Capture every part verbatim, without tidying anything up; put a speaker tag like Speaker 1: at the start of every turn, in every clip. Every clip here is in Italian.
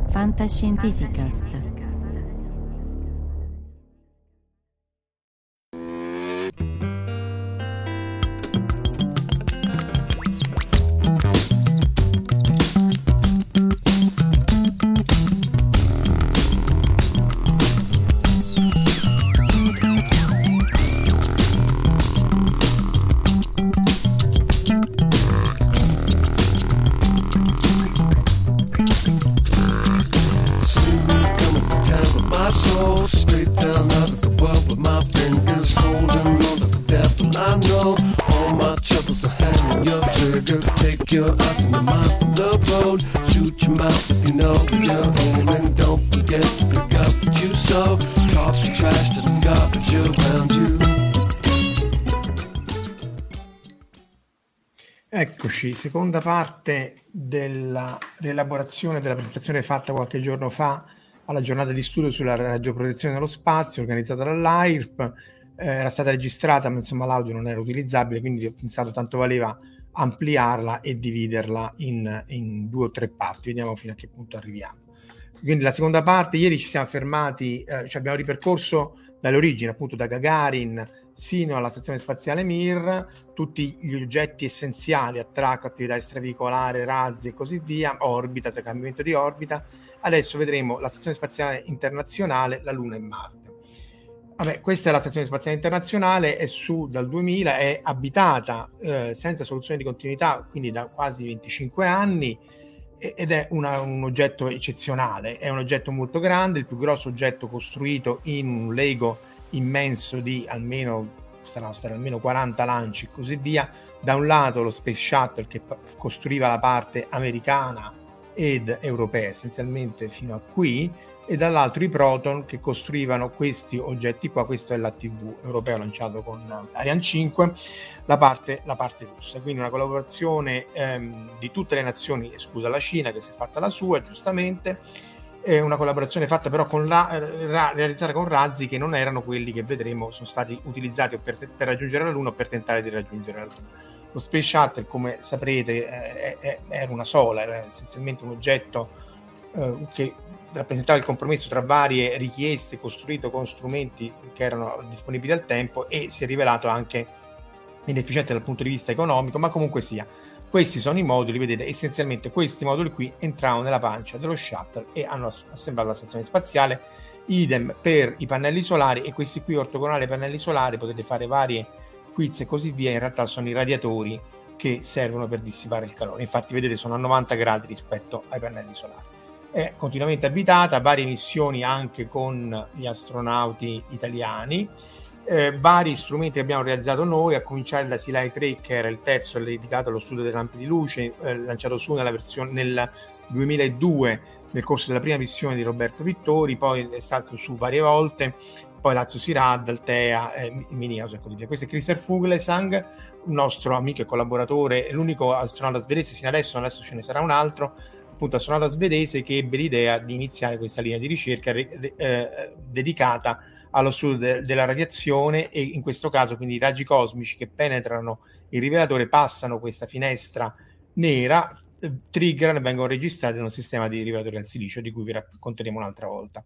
Speaker 1: Fantascientificast.
Speaker 2: Your eyes in the mouth of the road. Shoot your mouth if you know you're home. And don't forget to pick up what you sow. Talk the trash to the garbage around you.
Speaker 3: Eccoci, seconda parte della rielaborazione della presentazione fatta qualche giorno fa alla giornata di studio sulla radioprotezione nello spazio organizzata dall'A I R P. Eh, era stata registrata, ma insomma l'audio non era utilizzabile, quindi ho pensato tanto valeva ampliarla e dividerla in, in due o tre parti. Vediamo fino a che punto arriviamo. Quindi la seconda parte, ieri ci siamo fermati, eh, cioè abbiamo ripercorso dall'origine, appunto da Gagarin sino alla stazione spaziale Mir, tutti gli oggetti essenziali, attracco, attività extraveicolare, razzi e così via, orbita, cambiamento di orbita. Adesso vedremo la stazione spaziale internazionale, la Luna e Marte. Vabbè, questa è la stazione spaziale internazionale, è su dal duemila, è abitata eh, senza soluzione di continuità, quindi da quasi venticinque anni, ed è una, un oggetto eccezionale, è un oggetto molto grande, il più grosso oggetto costruito in un Lego immenso di almeno, saranno stati almeno quaranta lanci e così via. Da un lato lo Space Shuttle che costruiva la parte americana ed europea essenzialmente fino a qui, e dall'altro i Proton che costruivano questi oggetti qua. Questo è l'A T V europeo lanciato con Ariane cinque, la parte, la parte russa, quindi una collaborazione ehm, di tutte le nazioni, esclusa la Cina che si è fatta la sua giustamente, è una collaborazione fatta però con la, ra, realizzata con razzi che non erano quelli che vedremo sono stati utilizzati per, per raggiungere la Luna o per tentare di raggiungere la Luna. Lo Space Shuttle, come saprete, è, è, era una sola, era essenzialmente un oggetto eh, che rappresentava il compromesso tra varie richieste, costruito con strumenti che erano disponibili al tempo, e si è rivelato anche inefficiente dal punto di vista economico, ma comunque sia, questi sono i moduli, vedete, essenzialmente questi moduli qui entravano nella pancia dello shuttle e hanno assemblato la stazione spaziale. Idem per i pannelli solari, e questi qui ortogonali ai pannelli solari, potete fare varie quiz e così via, in realtà sono i radiatori che servono per dissipare il calore, infatti vedete sono a novanta gradi rispetto ai pannelli solari. È continuamente abitata, varie missioni anche con gli astronauti italiani, eh, vari strumenti che abbiamo realizzato noi, a cominciare da Silai tre, che era il terzo dedicato allo studio delle lampi di luce, eh, lanciato su nella versione nel duemiladue nel corso della prima missione di Roberto Vittori, poi è stato su varie volte, poi Lazio Sirad, Altea, eh, Minihouse e così via. Questo è Christer Fuglesang, un nostro amico e collaboratore, l'unico astronauta svedese sino adesso, adesso ce ne sarà un altro, appunto astronauta svedese, che ebbe l'idea di iniziare questa linea di ricerca eh, dedicata allo studio de- della radiazione, e in questo caso quindi i raggi cosmici che penetrano il rivelatore passano questa finestra nera, eh, triggerano e vengono registrati in un sistema di rivelatori al silicio di cui vi racconteremo un'altra volta.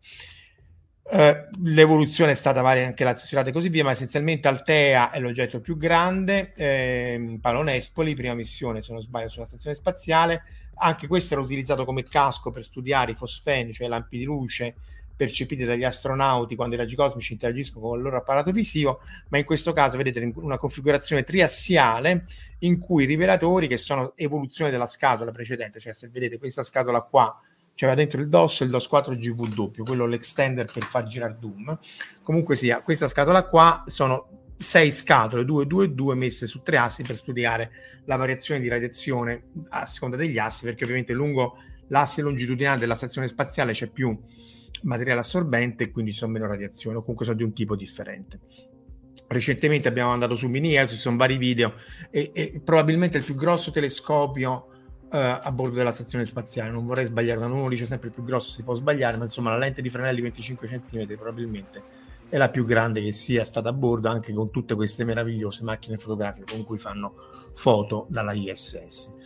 Speaker 3: Uh, l'evoluzione è stata varia anche la Sirate e così via, ma essenzialmente Altea è l'oggetto più grande, ehm, Palonespoli, prima missione se non sbaglio sulla stazione spaziale, anche questo era utilizzato come casco per studiare i fosfeni, cioè lampi di luce percepiti dagli astronauti quando i raggi cosmici interagiscono con il loro apparato visivo, ma in questo caso vedete una configurazione triassiale in cui i rivelatori, che sono evoluzione della scatola precedente, cioè se vedete questa scatola qua c'era dentro il D O S, il D O S quattro G V W, quello l'extender per far girare Doom. Comunque sia, questa scatola qua sono sei scatole, due, due, due, messe su tre assi per studiare la variazione di radiazione a seconda degli assi, perché ovviamente lungo l'asse longitudinale della stazione spaziale c'è più materiale assorbente e quindi ci sono meno radiazioni, o comunque sono di un tipo differente. Recentemente abbiamo mandato su Minihouse, ci sono vari video, e, e probabilmente il più grosso telescopio Uh, a bordo della stazione spaziale. Non vorrei sbagliare, quando uno dice sempre il più grosso si può sbagliare, ma insomma la lente di Fresnel venticinque centimetri probabilmente è la più grande che sia stata a bordo, anche con tutte queste meravigliose macchine fotografiche con cui fanno foto dalla I S S.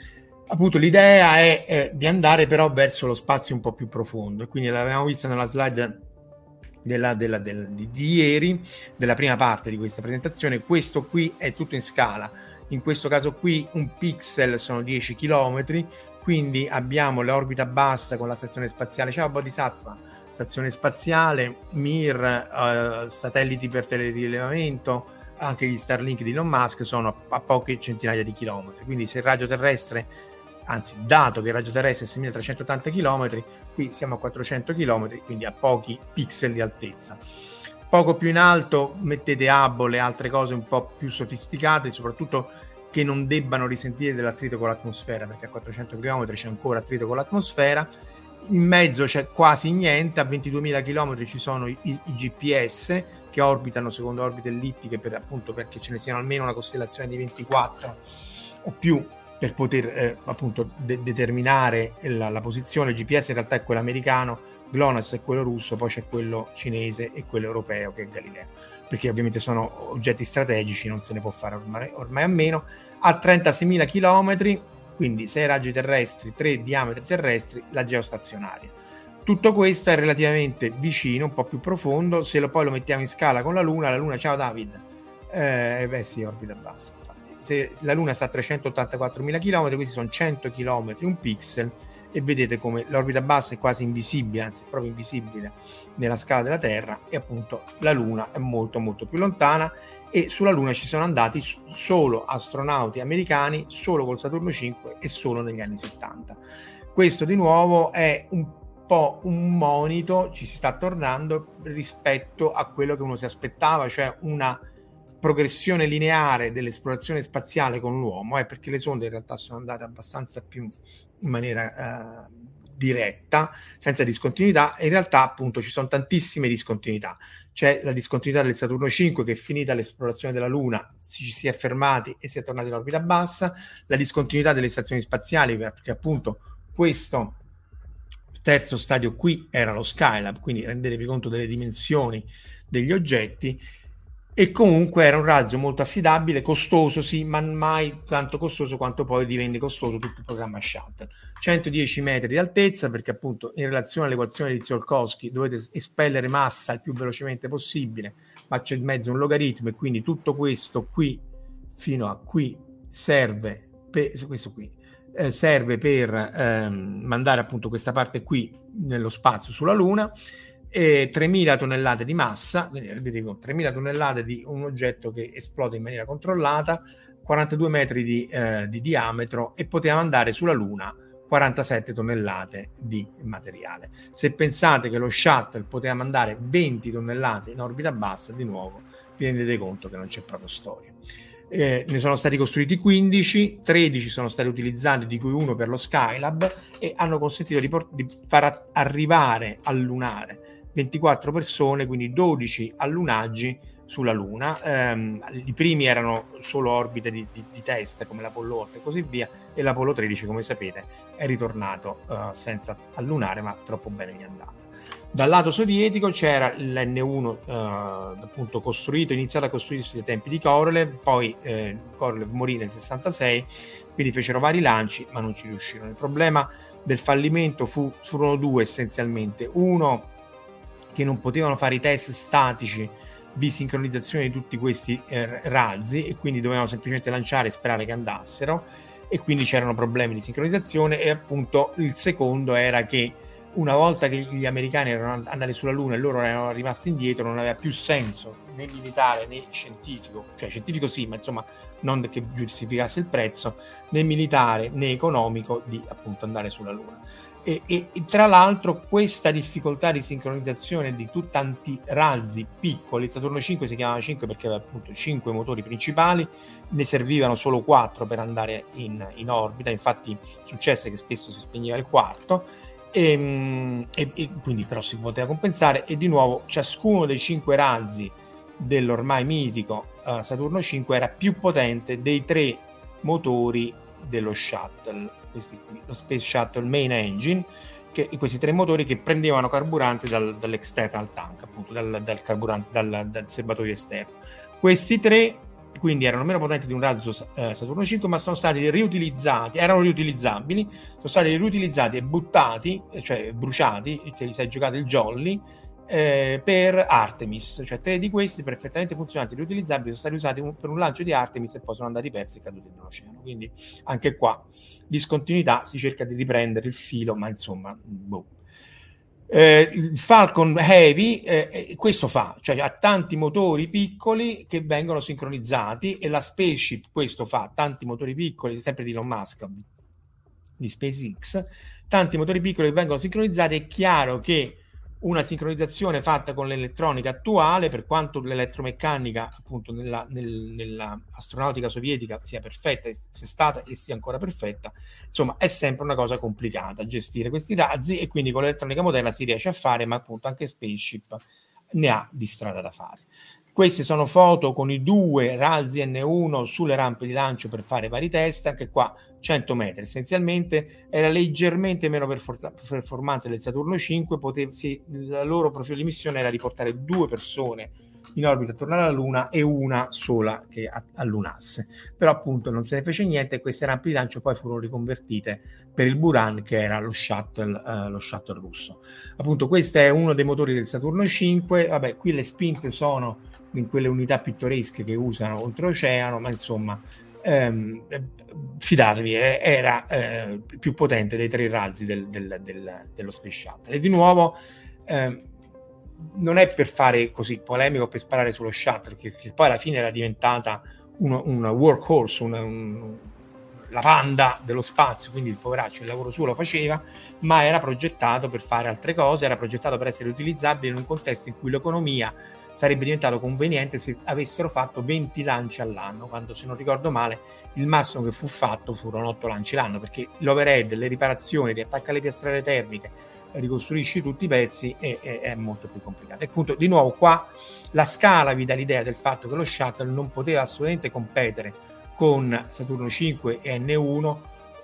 Speaker 3: appunto l'idea è eh, di andare però verso lo spazio un po' più profondo, e quindi l'avevamo vista nella slide della, della, della, di, di ieri, della prima parte di questa presentazione. Questo qui è tutto in scala, in questo caso qui un pixel sono dieci chilometri, quindi abbiamo l'orbita bassa con la stazione spaziale, ciao Bodhisattva, stazione spaziale, Mir, eh, satelliti per telerilevamento, anche gli Starlink di Elon Musk sono a, a poche centinaia di chilometri, quindi se il raggio terrestre, anzi dato che il raggio terrestre è seimilatrecentottanta chilometri, qui siamo a quattrocento chilometri, quindi a pochi pixel di altezza. Poco più in alto mettete Hubble e altre cose un po' più sofisticate, soprattutto che non debbano risentire dell'attrito con l'atmosfera, perché a quattrocento chilometri c'è ancora attrito con l'atmosfera. In mezzo c'è quasi niente, a ventiduemila chilometri ci sono i, i G P S che orbitano secondo orbite ellittiche, per appunto perché ce ne siano almeno una costellazione di ventiquattro o più per poter eh, appunto de- determinare la, la posizione. Il G P S in realtà è quello americano, GLONASS è quello russo, poi c'è quello cinese e quello europeo che è Galileo, perché ovviamente sono oggetti strategici, non se ne può fare ormai, ormai a meno. A trentaseimila chilometri, quindi sei raggi terrestri, tre diametri terrestri, la geostazionaria. Tutto questo è relativamente vicino, un po' più profondo. Se lo poi lo mettiamo in scala con la Luna, la Luna, ciao David, eh, beh sì, orbita bassa. Infatti. Se la Luna sta a trecentottantaquattromila chilometri, questi sono cento chilometri, un pixel, e vedete come l'orbita bassa è quasi invisibile, anzi è proprio invisibile nella scala della Terra, e appunto la Luna è molto molto più lontana, e sulla Luna ci sono andati solo astronauti americani, solo col Saturno cinque e solo negli anni settanta. Questo di nuovo è un po' un monito, ci si sta tornando rispetto a quello che uno si aspettava, cioè una progressione lineare dell'esplorazione spaziale con l'uomo, eh, perché le sonde in realtà sono andate abbastanza più in maniera eh, diretta, senza discontinuità, e in realtà appunto ci sono tantissime discontinuità. C'è la discontinuità del Saturno cinque, che è finita l'esplorazione della Luna, ci si è fermati e si è tornati in orbita bassa, la discontinuità delle stazioni spaziali, perché appunto questo terzo stadio qui era lo Skylab, quindi rendetevi conto delle dimensioni degli oggetti, e comunque era un razzo molto affidabile, costoso sì, ma mai tanto costoso quanto poi divenne costoso tutto il programma Shuttle. centodieci metri di altezza, perché appunto in relazione all'equazione di Tsiolkovsky dovete espellere massa il più velocemente possibile, ma c'è in mezzo un logaritmo, e quindi tutto questo qui fino a qui serve per questo qui eh, serve per ehm, mandare appunto questa parte qui nello spazio sulla Luna. E tremila tonnellate di massa, quindi vedete con tremila tonnellate di un oggetto che esplode in maniera controllata, quarantadue metri di, eh, di diametro, e poteva andare sulla Luna quarantasette tonnellate di materiale. Se pensate che lo shuttle poteva mandare venti tonnellate in orbita bassa, di nuovo vi rendete conto che non c'è proprio storia. Eh, ne sono stati costruiti quindici, tredici sono stati utilizzati, di cui uno per lo Skylab, e hanno consentito di, port- di far arrivare al lunare ventiquattro persone, quindi dodici allunaggi sulla Luna. Ehm, I primi erano solo orbite di, di, di test, come l'Apollo otto e così via, e l'Apollo tredici, come sapete, è ritornato uh, senza allunare, ma troppo bene gli è andato. Dal lato sovietico c'era l'N uno uh, appunto costruito, iniziato a costruirsi ai tempi di Korolev, poi eh, Korolev morì nel sessantasei, quindi fecero vari lanci ma non ci riuscirono. Il problema del fallimento fu, furono due essenzialmente: uno, che non potevano fare i test statici di sincronizzazione di tutti questi eh, razzi, e quindi dovevano semplicemente lanciare e sperare che andassero, e quindi c'erano problemi di sincronizzazione. E appunto il secondo era che una volta che gli americani erano andati sulla Luna e loro erano rimasti indietro, non aveva più senso né militare né scientifico, cioè scientifico sì, ma insomma non che giustificasse il prezzo, né militare né economico, di appunto andare sulla Luna. E, e, e tra l'altro questa difficoltà di sincronizzazione di tutti tanti razzi piccoli, il Saturno cinque si chiamava cinque perché aveva appunto cinque motori principali, ne servivano solo quattro per andare in, in orbita, infatti successe che spesso si spegneva il quarto, e, e, e quindi però si poteva compensare. E di nuovo ciascuno dei cinque razzi dell'ormai mitico uh, Saturno cinque era più potente dei tre motori dello shuttle, questi qui, lo Space Shuttle Main Engine, che questi tre motori che prendevano carburante dal, dall'external tank, appunto dal, dal carburante dal, dal serbatoio esterno. Questi tre quindi erano meno potenti di un razzo eh, Saturno cinque, ma sono stati riutilizzati, erano riutilizzabili, sono stati riutilizzati e buttati, cioè bruciati, te li sei giocato il jolly, eh, per Artemis, cioè tre di questi perfettamente funzionanti, riutilizzabili, sono stati usati un, per un lancio di Artemis e poi sono andati persi e caduti nell'oceano. Quindi anche qua discontinuità, si cerca di riprendere il filo, ma insomma, boh. Eh, il Falcon Heavy eh, questo fa, cioè ha tanti motori piccoli che vengono sincronizzati, e la Spaceship questo fa, tanti motori piccoli, sempre di Elon Musk, di SpaceX, tanti motori piccoli che vengono sincronizzati. È chiaro che una sincronizzazione fatta con l'elettronica attuale, per quanto l'elettromeccanica appunto nella, nel, nella astronautica sovietica sia perfetta, sia stata e sia ancora perfetta, insomma è sempre una cosa complicata gestire questi razzi, e quindi con l'elettronica moderna si riesce a fare, ma appunto anche Spaceship ne ha di strada da fare. Queste sono foto con i due razzi N uno sulle rampe di lancio per fare vari test, anche qua cento metri, essenzialmente era leggermente meno performante del Saturno cinque, potev- sì, la loro profilo di missione era di portare due persone in orbita attorno alla Luna e una sola che allunasse, però appunto non se ne fece niente, e queste rampe di lancio poi furono riconvertite per il Buran, che era lo shuttle, uh, lo shuttle russo. Appunto questo è uno dei motori del Saturno cinque, vabbè qui le spinte sono in quelle unità pittoresche che usano oltreoceano, ma insomma ehm, fidatevi, eh, era eh, più potente dei tre razzi del, del, del, dello Space Shuttle. E di nuovo ehm, non è per fare così polemico, per sparare sullo shuttle, che, che poi alla fine era diventata un, un workhorse, una, un, la panda dello spazio, quindi il poveraccio il lavoro suo lo faceva, ma era progettato per fare altre cose, era progettato per essere utilizzabile in un contesto in cui l'economia sarebbe diventato conveniente se avessero fatto venti lanci all'anno, quando, se non ricordo male, il massimo che fu fatto furono otto lanci l'anno, perché l'overhead, le riparazioni, riattacca le piastrelle termiche, ricostruisci tutti i pezzi, è, è, è molto più complicato. E appunto, di nuovo, qua la scala vi dà l'idea del fatto che lo shuttle non poteva assolutamente competere con Saturno cinque e N uno,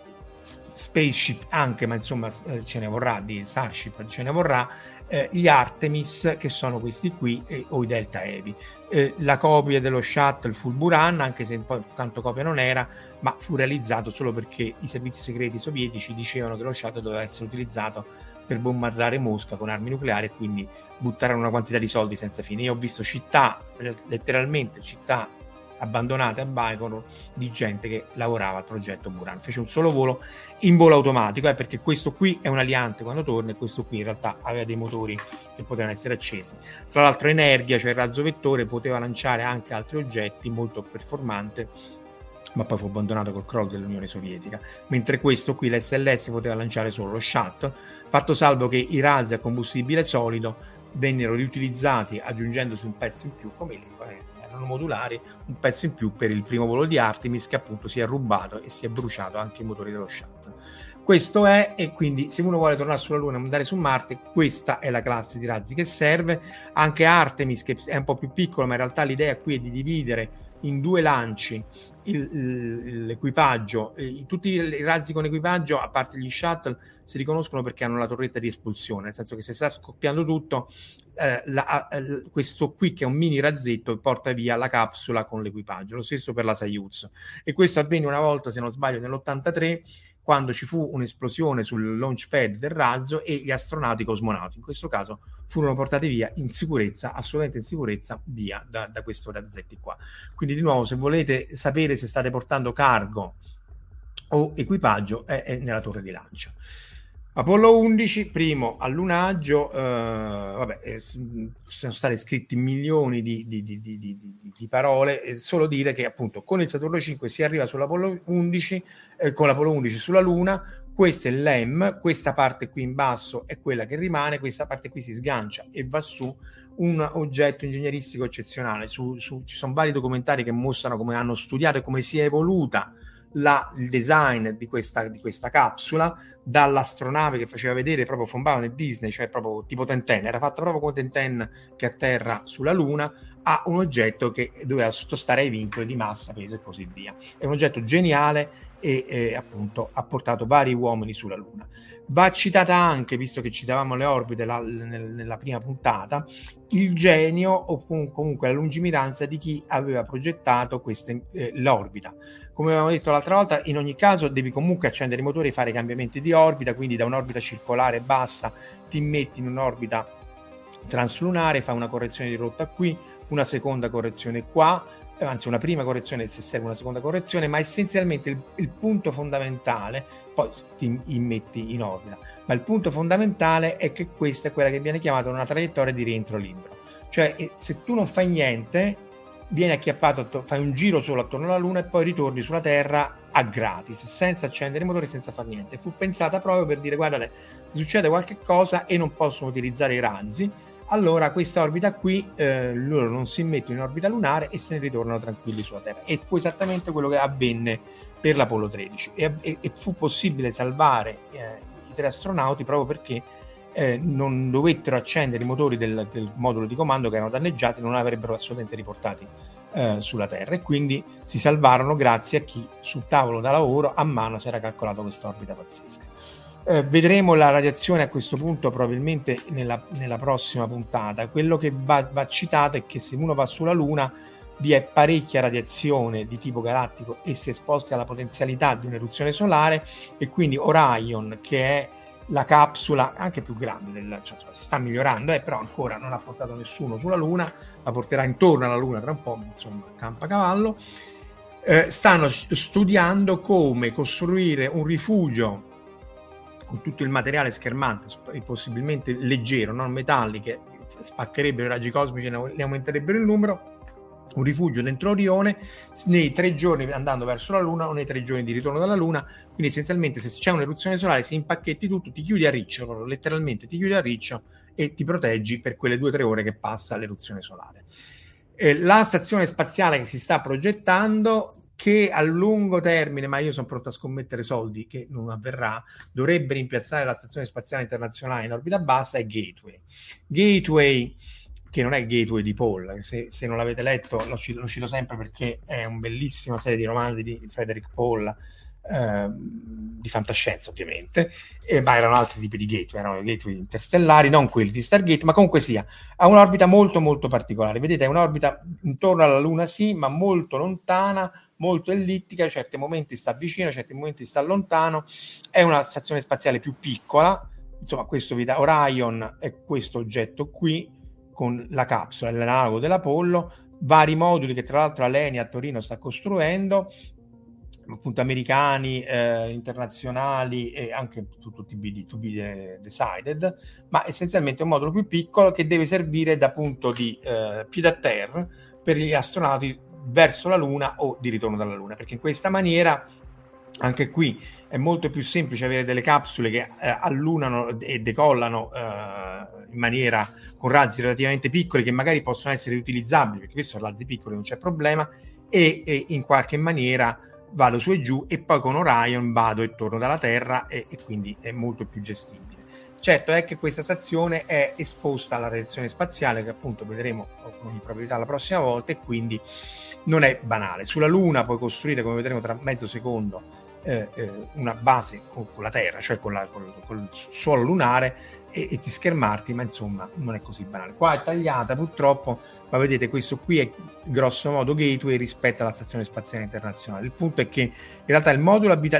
Speaker 3: Spaceship anche, ma insomma ce ne vorrà, di Starship ce ne vorrà, eh, gli Artemis, che sono questi qui, eh, o i Delta Heavy. Eh, la copia dello shuttle fu il Buran, anche se poi tanto copia non era, ma fu realizzato solo perché i servizi segreti sovietici dicevano che lo shuttle doveva essere utilizzato per bombardare Mosca con armi nucleari, e quindi buttarono una quantità di soldi senza fine. Io ho visto città, letteralmente città abbandonate a Baikonur, di gente che lavorava al progetto Buran. Fece un solo volo in volo automatico, eh, perché questo qui è un aliante quando torna, e questo qui in realtà aveva dei motori che potevano essere accesi. Tra l'altro Energia, cioè il razzo vettore, poteva lanciare anche altri oggetti, molto performante, ma poi fu abbandonato col crollo dell'Unione Sovietica, mentre questo qui, l'S L S, poteva lanciare solo lo shuttle, fatto salvo che i razzi a combustibile solido vennero riutilizzati aggiungendosi un pezzo in più, come lì erano modulari, un pezzo in più per il primo volo di Artemis, che appunto si è rubato e si è bruciato anche i motori dello shuttle. Questo è, e quindi se uno vuole tornare sulla Luna e andare su Marte, questa è la classe di razzi che serve. Anche Artemis, che è un po' più piccolo, ma in realtà l'idea qui è di dividere in due lanci il, il, l'equipaggio. E tutti i razzi con equipaggio, a parte gli shuttle, si riconoscono perché hanno la torretta di espulsione, nel senso che se sta scoppiando tutto, eh, la, eh, questo qui, che è un mini razzetto, porta via la capsula con l'equipaggio. Lo stesso per la Soyuz, e questo avvenne una volta, se non sbaglio, nell'ottantatré, quando ci fu un'esplosione sul launch pad del razzo e gli astronauti cosmonauti, in questo caso, furono portati via in sicurezza, assolutamente in sicurezza, via da, da questo razzetti qua. Quindi di nuovo, se volete sapere se state portando cargo o equipaggio, è, è nella torre di lancio. Apollo undici, primo allunaggio, eh, vabbè, eh, sono stati scritti milioni di, di, di, di, di, di parole, e solo dire che appunto con il Saturno cinque si arriva sull'Apollo undici, eh, con l'Apollo undici sulla Luna. Questo è l'E M, questa parte qui in basso è quella che rimane, questa parte qui si sgancia e va su, un oggetto ingegneristico eccezionale. Su, su, ci sono vari documentari che mostrano come hanno studiato e come si è evoluta La, il design di questa, di questa capsula, dall'astronave che faceva vedere proprio Von e Disney, cioè proprio tipo Ten Ten, era fatta proprio come Ten Ten che atterra sulla Luna, a un oggetto che doveva sottostare ai vincoli di massa, peso e così via. È un oggetto geniale e eh, appunto ha portato vari uomini sulla Luna. Va citata anche, visto che citavamo le orbite la, nel, nella prima puntata, il genio o comunque la lungimiranza di chi aveva progettato queste, eh, l'orbita. Come avevamo detto l'altra volta, in ogni caso devi comunque accendere i motori e fare cambiamenti di orbita, quindi da un'orbita circolare bassa ti metti in un'orbita translunare, fai una correzione di rotta qui, una seconda correzione qua, anzi una prima correzione se serve una seconda correzione, ma essenzialmente il, il punto fondamentale, poi ti immetti in orbita, ma il punto fondamentale è che questa è quella che viene chiamata una traiettoria di rientro libero, cioè se tu non fai niente, vieni acchiappato, fai un giro solo attorno alla Luna e poi ritorni sulla Terra a gratis, senza accendere i motori, senza fare niente. Fu pensata proprio per dire, guardate, se succede qualche cosa e non possono utilizzare i razzi, allora questa orbita qui eh, loro non si mettono in orbita lunare e se ne ritornano tranquilli sulla Terra. E fu esattamente quello che avvenne per l'Apollo tredici e, e, e fu possibile salvare eh, i tre astronauti proprio perché eh, non dovettero accendere i motori del, del modulo di comando che erano danneggiati, non avrebbero assolutamente riportati eh, sulla Terra, e quindi si salvarono grazie a chi sul tavolo da lavoro a mano si era calcolato questa orbita pazzesca. Eh, vedremo la radiazione a questo punto probabilmente nella, nella prossima puntata. Quello che va, va citato è che se uno va sulla Luna vi è parecchia radiazione di tipo galattico e si è esposti alla potenzialità di un'eruzione solare, e quindi Orion, che è la capsula anche più grande del, cioè, si sta migliorando, eh, però ancora non ha portato nessuno sulla Luna, la porterà intorno alla Luna tra un po', insomma campacavallo. Eh, stanno studiando come costruire un rifugio con tutto il materiale schermante, possibilmente leggero, non metalliche, spaccherebbero i raggi cosmici e ne aumenterebbero il numero, un rifugio dentro Orione nei tre giorni andando verso la Luna o nei tre giorni di ritorno dalla Luna. Quindi essenzialmente se c'è un'eruzione solare, se impacchetti tutto, ti chiudi a riccio, letteralmente ti chiudi a riccio e ti proteggi per quelle due o tre ore che passa l'eruzione solare. Eh, la stazione spaziale che si sta progettando, che a lungo termine, ma io sono pronto a scommettere soldi che non avverrà, dovrebbe rimpiazzare la stazione spaziale internazionale in orbita bassa, è Gateway. Gateway, che non è Gateway di Paul, se, se non l'avete letto lo cito, lo cito sempre perché è una bellissima serie di romanzi di Frederick Paul, eh, di fantascienza ovviamente, eh, ma erano altri tipi di gateway, erano gateway interstellari, non quelli di Stargate, ma comunque sia, ha un'orbita molto molto particolare. Vedete, è un'orbita intorno alla Luna sì, ma molto lontana, molto ellittica, a certi momenti sta vicino, a certi momenti sta lontano, è una stazione spaziale più piccola, insomma questo vi dà Orion, è questo oggetto qui con la capsula, l'analogo dell'Apollo, vari moduli che tra l'altro Alenia a Torino sta costruendo, appunto americani, eh, internazionali e anche to be, to be decided, ma essenzialmente un modulo più piccolo che deve servire da punto di eh, pied à terre per gli astronauti verso la Luna o di ritorno dalla Luna, perché in questa maniera anche qui è molto più semplice avere delle capsule che eh, allunano e decollano eh, in maniera con razzi relativamente piccoli che magari possono essere riutilizzabili, perché questi sono razzi piccoli, non c'è problema, e, e in qualche maniera vado su e giù, e poi con Orion vado e torno dalla Terra, e, e quindi è molto più gestibile. Certo è che questa stazione è esposta alla radiazione spaziale, che appunto vedremo con probabilità la prossima volta, e quindi non è banale. Sulla Luna puoi costruire, come vedremo tra mezzo secondo, eh, eh, una base con, con la Terra, cioè con, la, con, con il suolo lunare, e, e ti schermarti, ma insomma non è così banale. Qua è tagliata purtroppo, ma vedete questo qui è grosso modo Gateway rispetto alla stazione spaziale internazionale. Il punto è che in realtà il modulo abita-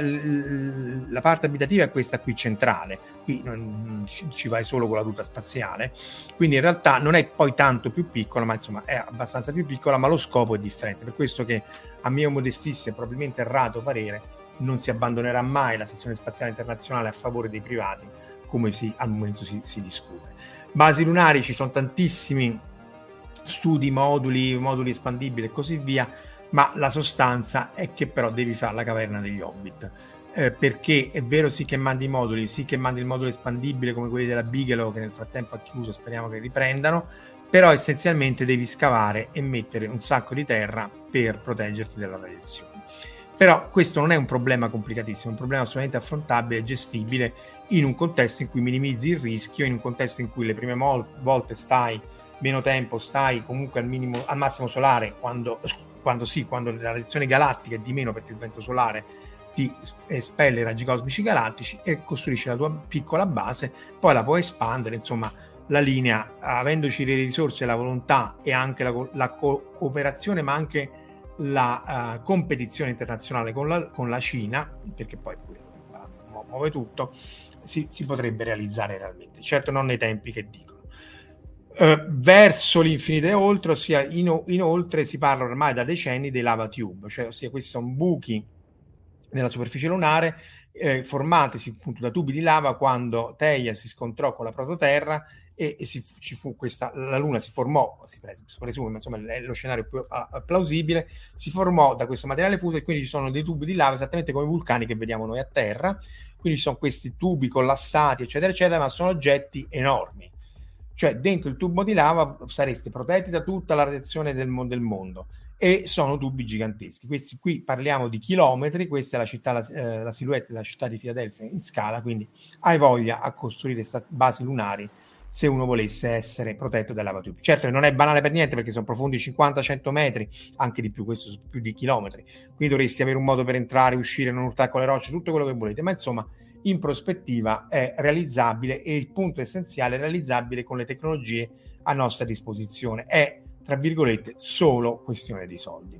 Speaker 3: la parte abitativa è questa qui centrale, qui non ci vai solo con la tuta spaziale, quindi in realtà non è poi tanto più piccola, ma insomma è abbastanza più piccola, ma lo scopo è differente, per questo che a mio modestissimo e probabilmente errato parere non si abbandonerà mai la stazione spaziale internazionale a favore dei privati, come si, al momento si, si discute. Basi lunari, ci sono tantissimi studi, moduli, moduli espandibili e così via, ma la sostanza è che però devi fare la caverna degli Hobbit, eh, perché è vero sì che mandi i moduli, sì che mandi il modulo espandibile come quelli della Bigelow che nel frattempo ha chiuso, speriamo che riprendano, però essenzialmente devi scavare e mettere un sacco di terra per proteggerti dalla radiazione. Però questo non è un problema complicatissimo, è un problema assolutamente affrontabile e gestibile in un contesto in cui minimizzi il rischio, in un contesto in cui le prime mol- volte stai meno tempo, stai comunque al minimo, al massimo solare, quando, quando sì, quando la radiazione galattica è di meno perché il vento solare ti espelle i raggi cosmici galattici e costruisci la tua piccola base, poi la puoi espandere, insomma la linea, avendoci le risorse, la volontà e anche la, la co- cooperazione, ma anche la uh, competizione internazionale con la, con la Cina, perché poi quello che muove tutto, si, si potrebbe realizzare realmente, certo non nei tempi che dicono. Uh, verso l'infinito e oltre, ossia in, inoltre si parla ormai da decenni dei lava tube, cioè ossia questi sono buchi nella superficie lunare eh, formatisi appunto da tubi di lava quando Theia si scontrò con la prototerra e, e si, ci fu questa, la Luna si formò, si presume, ma insomma è lo scenario più uh, plausibile, si formò da questo materiale fuso e quindi ci sono dei tubi di lava esattamente come i vulcani che vediamo noi a Terra, quindi ci sono questi tubi collassati eccetera eccetera, ma sono oggetti enormi, cioè dentro il tubo di lava sareste protetti da tutta la radiazione del, del mondo e sono tubi giganteschi. Questi qui parliamo di chilometri, questa è la città, la, eh, la silhouette della città di Filadelfia in scala, quindi hai voglia a costruire sta- basi lunari se uno volesse essere protetto dai lava tube. Certo che non è banale per niente perché sono profondi cinquanta cento metri, anche di più, questo sono più di chilometri, quindi dovresti avere un modo per entrare, uscire, non urtare con le rocce, tutto quello che volete, ma insomma in prospettiva è realizzabile e il punto essenziale è realizzabile con le tecnologie a nostra disposizione, è tra virgolette solo questione di soldi.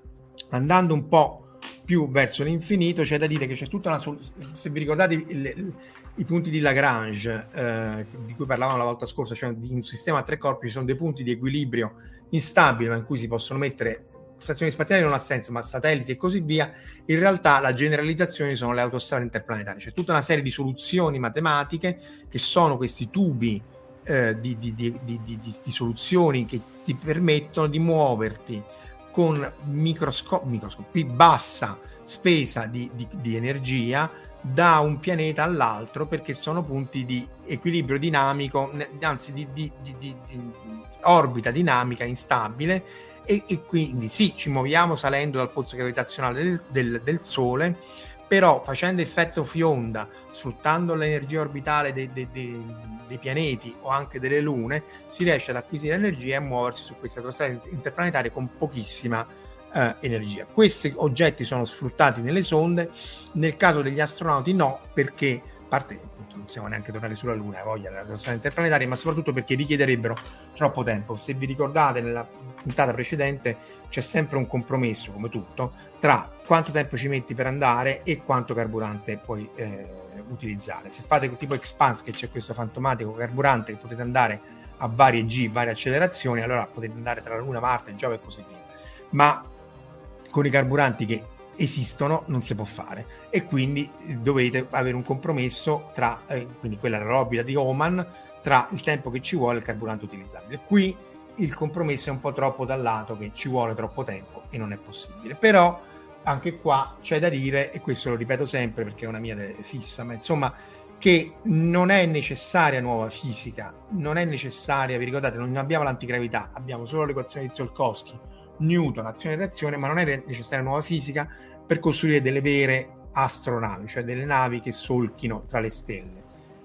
Speaker 3: Andando un po' più verso l'infinito c'è da dire che c'è tutta una, se vi ricordate il, i punti di Lagrange eh, di cui parlavamo la volta scorsa, cioè in un sistema a tre corpi ci sono dei punti di equilibrio instabili ma in cui si possono mettere stazioni spaziali, non ha senso, ma satelliti e così via. In realtà la generalizzazione sono le autostrade interplanetarie, c'è tutta una serie di soluzioni matematiche che sono questi tubi eh, di, di, di, di, di, di soluzioni che ti permettono di muoverti con microscopi, microscopi bassa spesa di, di, di energia da un pianeta all'altro, perché sono punti di equilibrio dinamico, anzi di, di, di, di, di orbita dinamica instabile. E, e quindi sì, ci muoviamo salendo dal pozzo gravitazionale del, del, del Sole, però facendo effetto fionda, sfruttando l'energia orbitale dei, dei, dei, dei pianeti o anche delle lune, si riesce ad acquisire energia e a muoversi su queste autostrade interplanetarie con pochissima eh, energia. Questi oggetti sono sfruttati nelle sonde, nel caso degli astronauti no, perché a parte appunto, non possiamo neanche tornare sulla Luna, voglia delle autostrade interplanetarie, ma soprattutto perché richiederebbero troppo tempo. Se vi ricordate, nella puntata precedente c'è sempre un compromesso, come tutto, tra quanto tempo ci metti per andare e quanto carburante puoi eh, utilizzare. Se fate tipo Expanse, che c'è questo fantomatico carburante che potete andare a varie G, varie accelerazioni, allora potete andare tra la Luna, Marte, Giove e così via. Ma con i carburanti che esistono non si può fare e quindi dovete avere un compromesso tra eh, quindi quella l'orbita di Oman, tra il tempo che ci vuole e il carburante utilizzabile. Qui il compromesso è un po' troppo dal lato che ci vuole troppo tempo e non è possibile, però anche qua c'è da dire, e questo lo ripeto sempre perché è una mia fissa, ma insomma che non è necessaria nuova fisica, non è necessaria, vi ricordate, non abbiamo l'antigravità, abbiamo solo l'equazione di Tsiolkovsky, Newton, azione e reazione, ma non è necessaria nuova fisica per costruire delle vere astronavi, cioè delle navi che solchino tra le stelle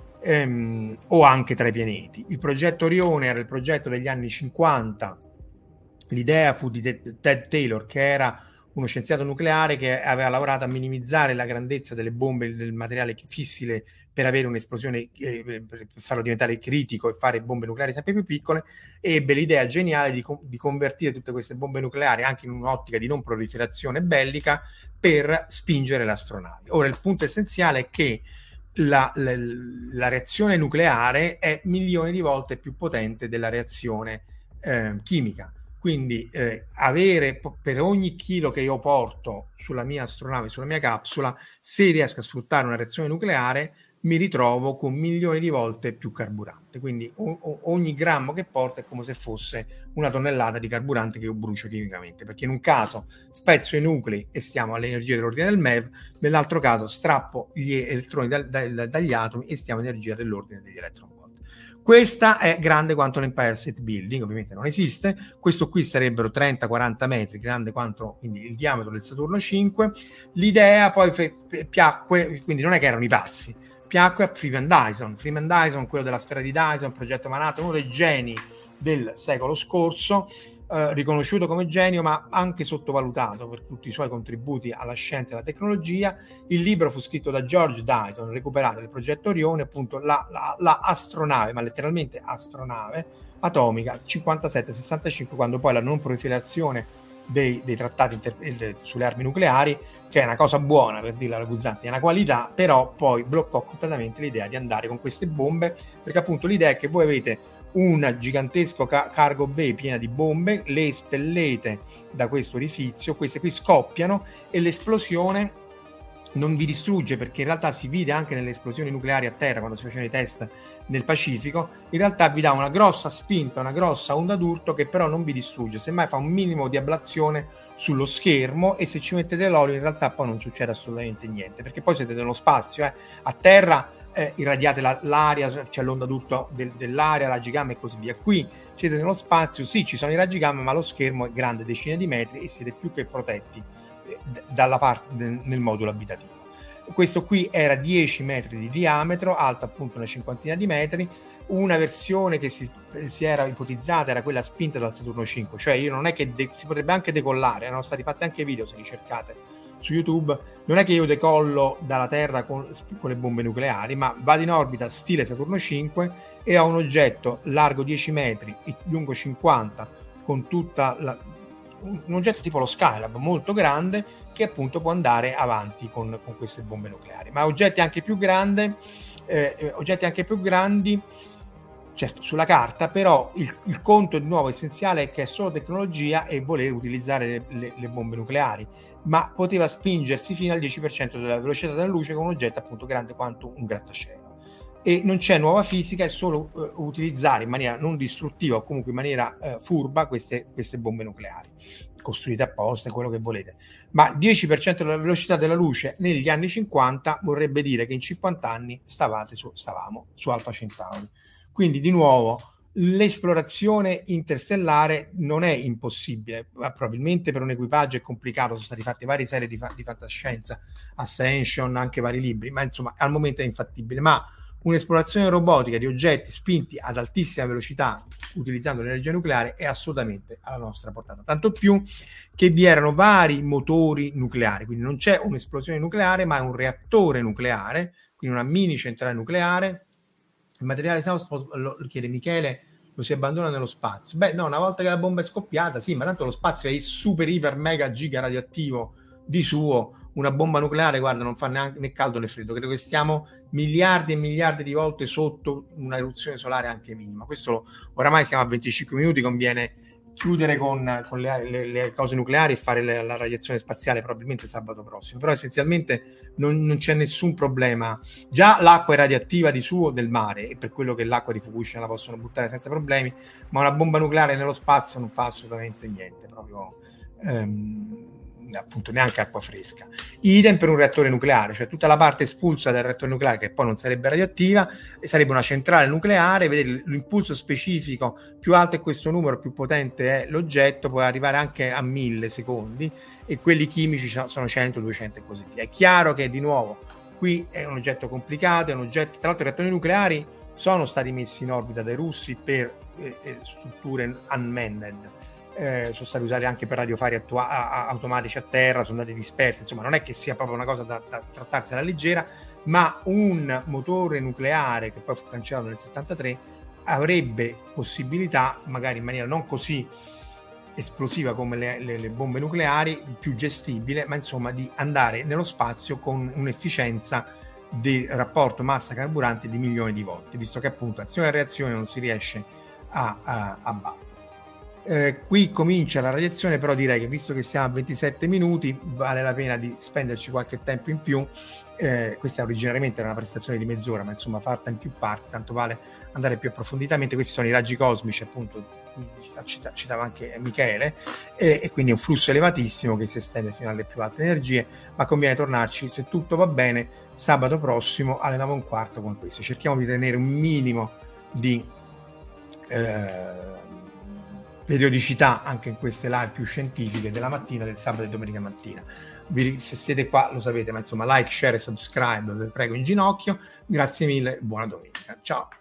Speaker 3: ehm, o anche tra i pianeti. Il progetto Orione era il progetto degli anni cinquanta, l'idea fu di Ted Taylor, che era uno scienziato nucleare che aveva lavorato a minimizzare la grandezza delle bombe, del materiale fissile per avere un'esplosione, eh, per farlo diventare critico e fare bombe nucleari sempre più piccole, e ebbe l'idea geniale di, di convertire tutte queste bombe nucleari anche in un'ottica di non proliferazione bellica per spingere le astronavi. Ora, il punto essenziale è che la, la, la reazione nucleare è milioni di volte più potente della reazione eh, chimica. Quindi eh, avere per ogni chilo che io porto sulla mia astronave, sulla mia capsula, se riesco a sfruttare una reazione nucleare, mi ritrovo con milioni di volte più carburante. Quindi o, ogni grammo che porto è come se fosse una tonnellata di carburante che io brucio chimicamente, perché in un caso spezzo i nuclei e stiamo all'energia dell'ordine del M E V, nell'altro caso strappo gli elettroni da, da, da, dagli atomi e stiamo all'energia dell'ordine degli electron volt. Questa è grande quanto l'Empire State Building, ovviamente non esiste. Questo qui sarebbero trenta quaranta metri, grande quanto quindi il diametro del Saturno cinque. L'idea poi fe- piacque, quindi non è che erano i pazzi, piacque a Freeman Dyson. Freeman Dyson, quello della sfera di Dyson, progetto Manhattan, uno dei geni del secolo scorso, eh, riconosciuto come genio ma anche sottovalutato per tutti i suoi contributi alla scienza e alla tecnologia. Il libro fu scritto da George Dyson, recuperato del progetto Orione, appunto la, la, la astronave, ma letteralmente astronave atomica cinquantasette sessantacinque, quando poi la non proliferazione dei, dei trattati inter- sulle armi nucleari, che è una cosa buona per dirla alla Guzzanti, è una qualità, però poi bloccò completamente l'idea di andare con queste bombe, perché appunto l'idea è che voi avete un gigantesco ca- cargo bay piena di bombe, le espellete da questo orifizio, queste qui scoppiano e l'esplosione non vi distrugge, perché in realtà si vide anche nelle esplosioni nucleari a terra quando si facevano i test nel Pacifico, in realtà vi dà una grossa spinta, una grossa onda d'urto che però non vi distrugge, semmai fa un minimo di ablazione sullo schermo, e se ci mettete l'olio in realtà poi non succede assolutamente niente, perché poi siete nello spazio, eh. a terra Eh, irradiate la, l'aria, c'è l'onda d'urto del, dell'aria, raggi gamma e così via. Qui siete nello spazio, sì, ci sono i raggi gamma, ma lo schermo è grande decine di metri e siete più che protetti eh, d- dalla parte de- nel modulo abitativo. Questo qui era dieci metri di diametro, alto appunto una cinquantina di metri. Una versione che si, si era ipotizzata era quella spinta dal Saturno cinque, cioè io non è che de- si potrebbe anche decollare, erano stati fatti anche video se li cercate su YouTube, non è che io decollo dalla Terra con, con le bombe nucleari, ma vado in orbita stile Saturno cinque e ho un oggetto largo dieci metri e lungo cinquanta, con tutta la, un oggetto tipo lo Skylab molto grande, che appunto può andare avanti con, con queste bombe nucleari. Ma oggetti anche più grandi, eh, oggetti anche più grandi, certo sulla carta, però il, il conto di nuovo essenziale è che è solo tecnologia e voler utilizzare le, le, le bombe nucleari, ma poteva spingersi fino al dieci per cento della velocità della luce con un oggetto appunto grande quanto un grattacielo. E non c'è nuova fisica, è solo uh, utilizzare in maniera non distruttiva o comunque in maniera uh, furba queste, queste bombe nucleari, costruite apposta, quello che volete. Ma il dieci per cento della velocità della luce negli anni cinquanta vorrebbe dire che in cinquanta anni stavate su, stavamo su Alpha Centauri. Quindi di nuovo l'esplorazione interstellare non è impossibile, probabilmente per un equipaggio è complicato, sono stati fatti varie serie di, fa- di fantascienza, Ascension, anche vari libri, ma insomma al momento è infattibile. Ma un'esplorazione robotica di oggetti spinti ad altissima velocità utilizzando l'energia nucleare è assolutamente alla nostra portata, tanto più che vi erano vari motori nucleari, quindi non c'è un'esplosione nucleare ma è un reattore nucleare, quindi una mini centrale nucleare. Il materiale esausto, lo chiede Michele, lo si abbandona nello spazio. Beh no, una volta che la bomba è scoppiata, sì, ma tanto lo spazio è super iper mega giga radioattivo di suo. Una bomba nucleare, guarda, non fa neanche né caldo né freddo, credo che stiamo miliardi e miliardi di volte sotto una eruzione solare anche minima. Questo lo, oramai siamo a venticinque minuti, conviene chiudere con, con le, le, le cose nucleari e fare le, la radiazione spaziale probabilmente sabato prossimo, però essenzialmente non, non c'è nessun problema. Già l'acqua è radioattiva di suo del mare, e per quello che l'acqua di Fukushima la possono buttare senza problemi, ma una bomba nucleare nello spazio non fa assolutamente niente, proprio ehm, appunto neanche acqua fresca. Idem per un reattore nucleare, cioè tutta la parte espulsa del reattore nucleare, che poi non sarebbe radioattiva, sarebbe una centrale nucleare. Vedete l'impulso specifico, più alto è questo numero più potente è l'oggetto, può arrivare anche a mille secondi, e quelli chimici sono cento, duecento e così via. È chiaro che di nuovo qui è un oggetto complicato, è un oggetto, tra l'altro i reattori nucleari sono stati messi in orbita dai russi per eh, eh, strutture unmanned, Eh, sono stati usati anche per radiofari attua- a- automatici a terra, sono andati dispersi, insomma non è che sia proprio una cosa da, da trattarsi alla leggera, ma un motore nucleare che poi fu cancellato nel settantatré avrebbe possibilità, magari in maniera non così esplosiva come le, le, le bombe nucleari, più gestibile, ma insomma di andare nello spazio con un'efficienza del rapporto massa-carburante di milioni di volte, visto che appunto azione e reazione non si riesce a, a, a battere. Eh, qui comincia la radiazione, però direi che visto che siamo a ventisette minuti vale la pena di spenderci qualche tempo in più. Eh, questa originariamente era una presentazione di mezz'ora, ma insomma fatta in più parti, tanto vale andare più approfonditamente. Questi sono i raggi cosmici, appunto citava anche Michele, eh, e quindi è un flusso elevatissimo che si estende fino alle più alte energie, ma conviene tornarci, se tutto va bene, sabato prossimo alle nove e un quarto con questo. Cerchiamo di tenere un minimo di eh, periodicità anche in queste live più scientifiche della mattina, del sabato e domenica mattina. Vi, se siete qua lo sapete, ma insomma like, share e subscribe, vi prego in ginocchio. Grazie mille, buona domenica, ciao.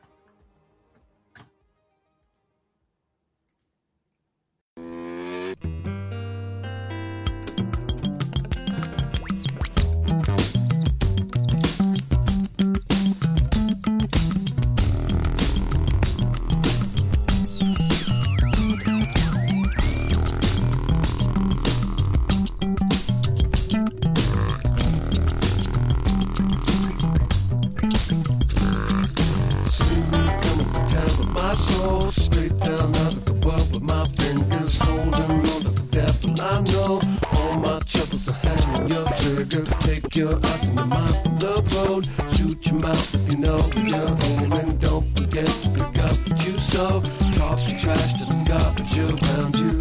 Speaker 2: Soul straight down out of the world with my fingers holding on to the devil. I know all my troubles are hanging your trigger. Take your eyes and your mind from the road. Shoot your mouth if you know you're aiming. Don't forget to pick up what you sow. Toss the trash to the garbage around you.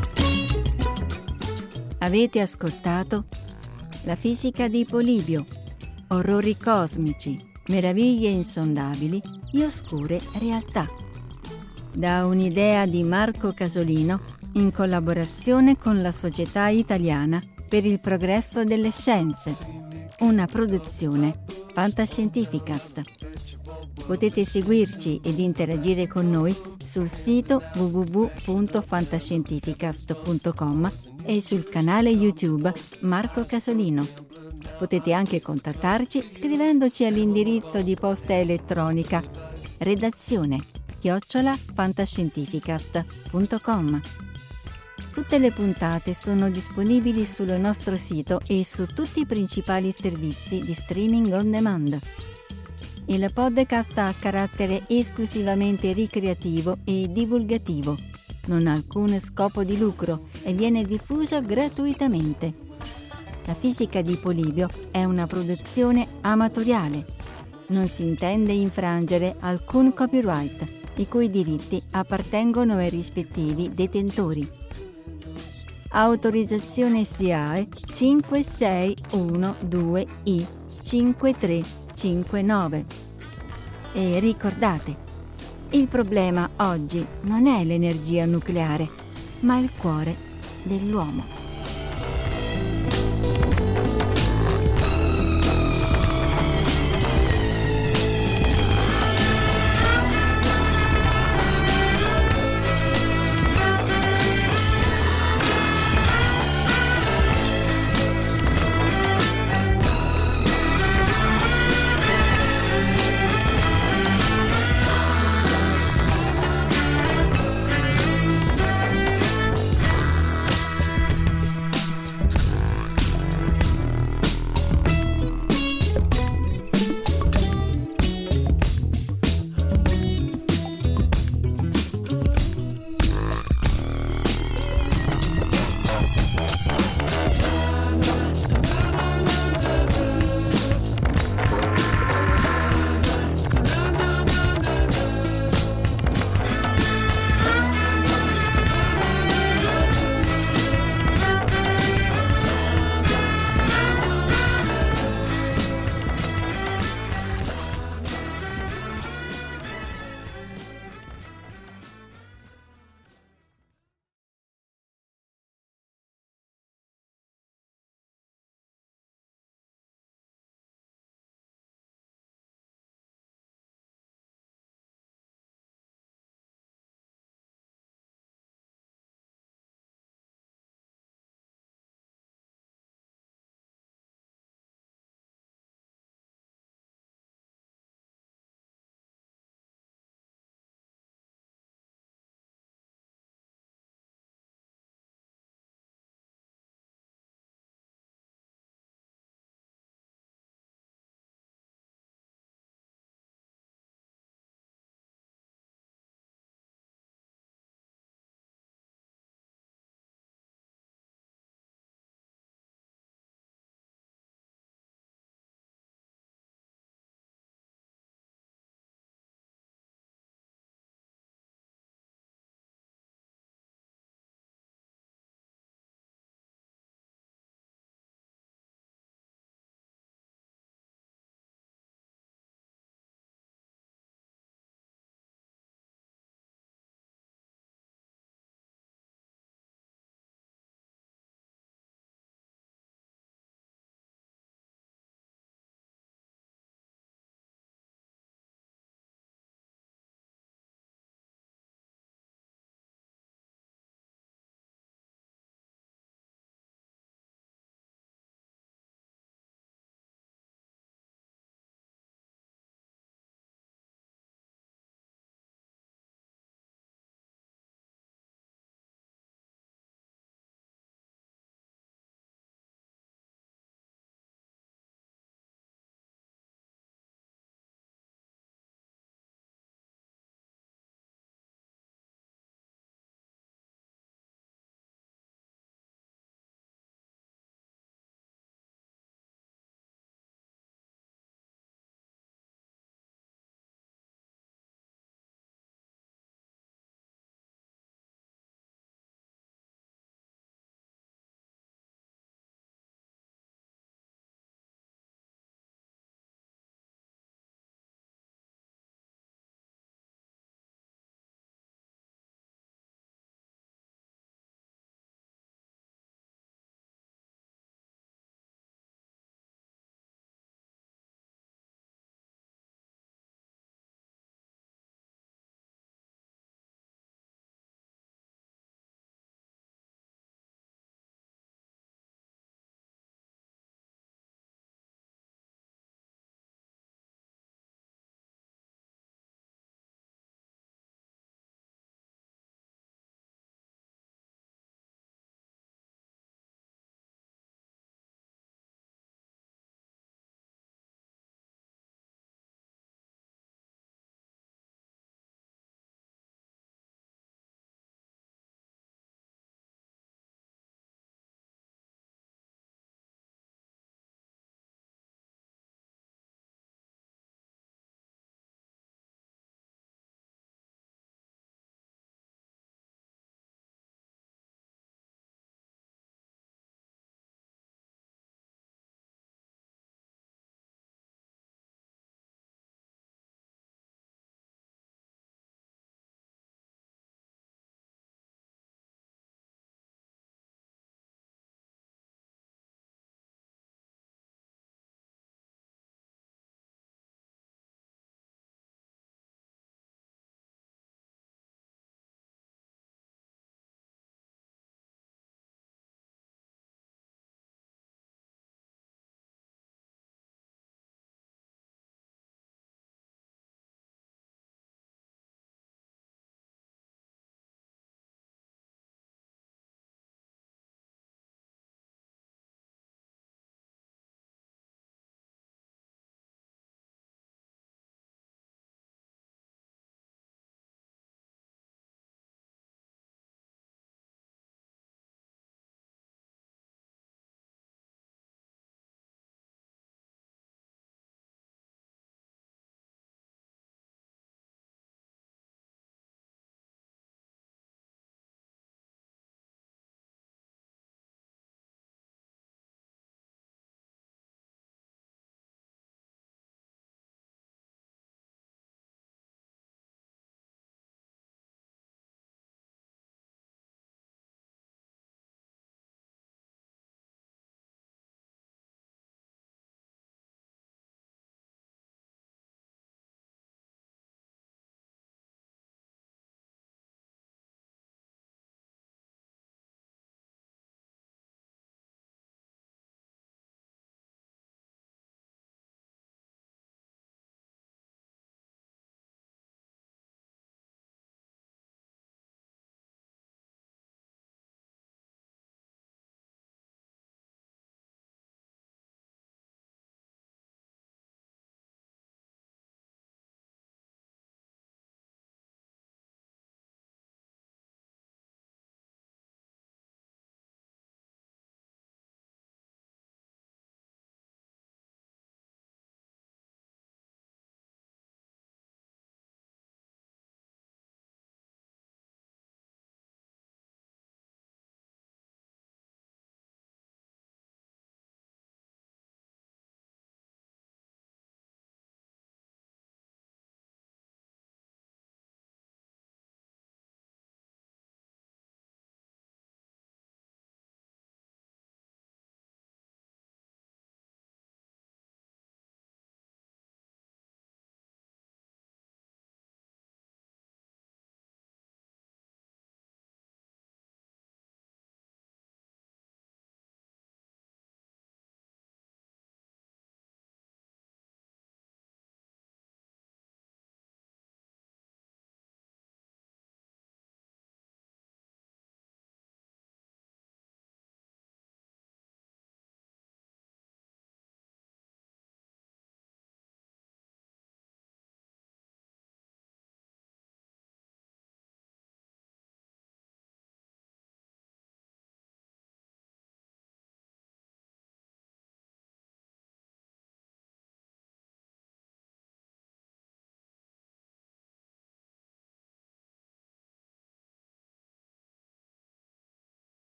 Speaker 1: Avete ascoltato La fisica di Polibio, orrori cosmici, meraviglie insondabili e oscure realtà. Da un'idea di Marco Casolino in collaborazione con la Società Italiana per il Progresso delle Scienze, una produzione Fantascientificast. Potete seguirci ed interagire con noi sul sito w w w punto fantascientificast punto com e sul canale YouTube Marco Casolino. Potete anche contattarci scrivendoci all'indirizzo di posta elettronica redazione chiocciola fantascientificast punto com. Tutte le puntate sono disponibili sul nostro sito e su tutti i principali servizi di streaming on demand. Il podcast ha carattere esclusivamente ricreativo e divulgativo, non ha alcun scopo di lucro e viene diffuso gratuitamente. La fisica di Polibio è una produzione amatoriale. Non si intende infrangere alcun copyright, i cui diritti appartengono ai rispettivi detentori. Autorizzazione S I A E cinque sei uno due I cinque tre cinque nove. E ricordate, il problema oggi non è l'energia nucleare, ma il cuore dell'uomo.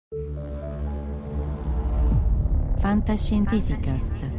Speaker 1: Fantascientificast.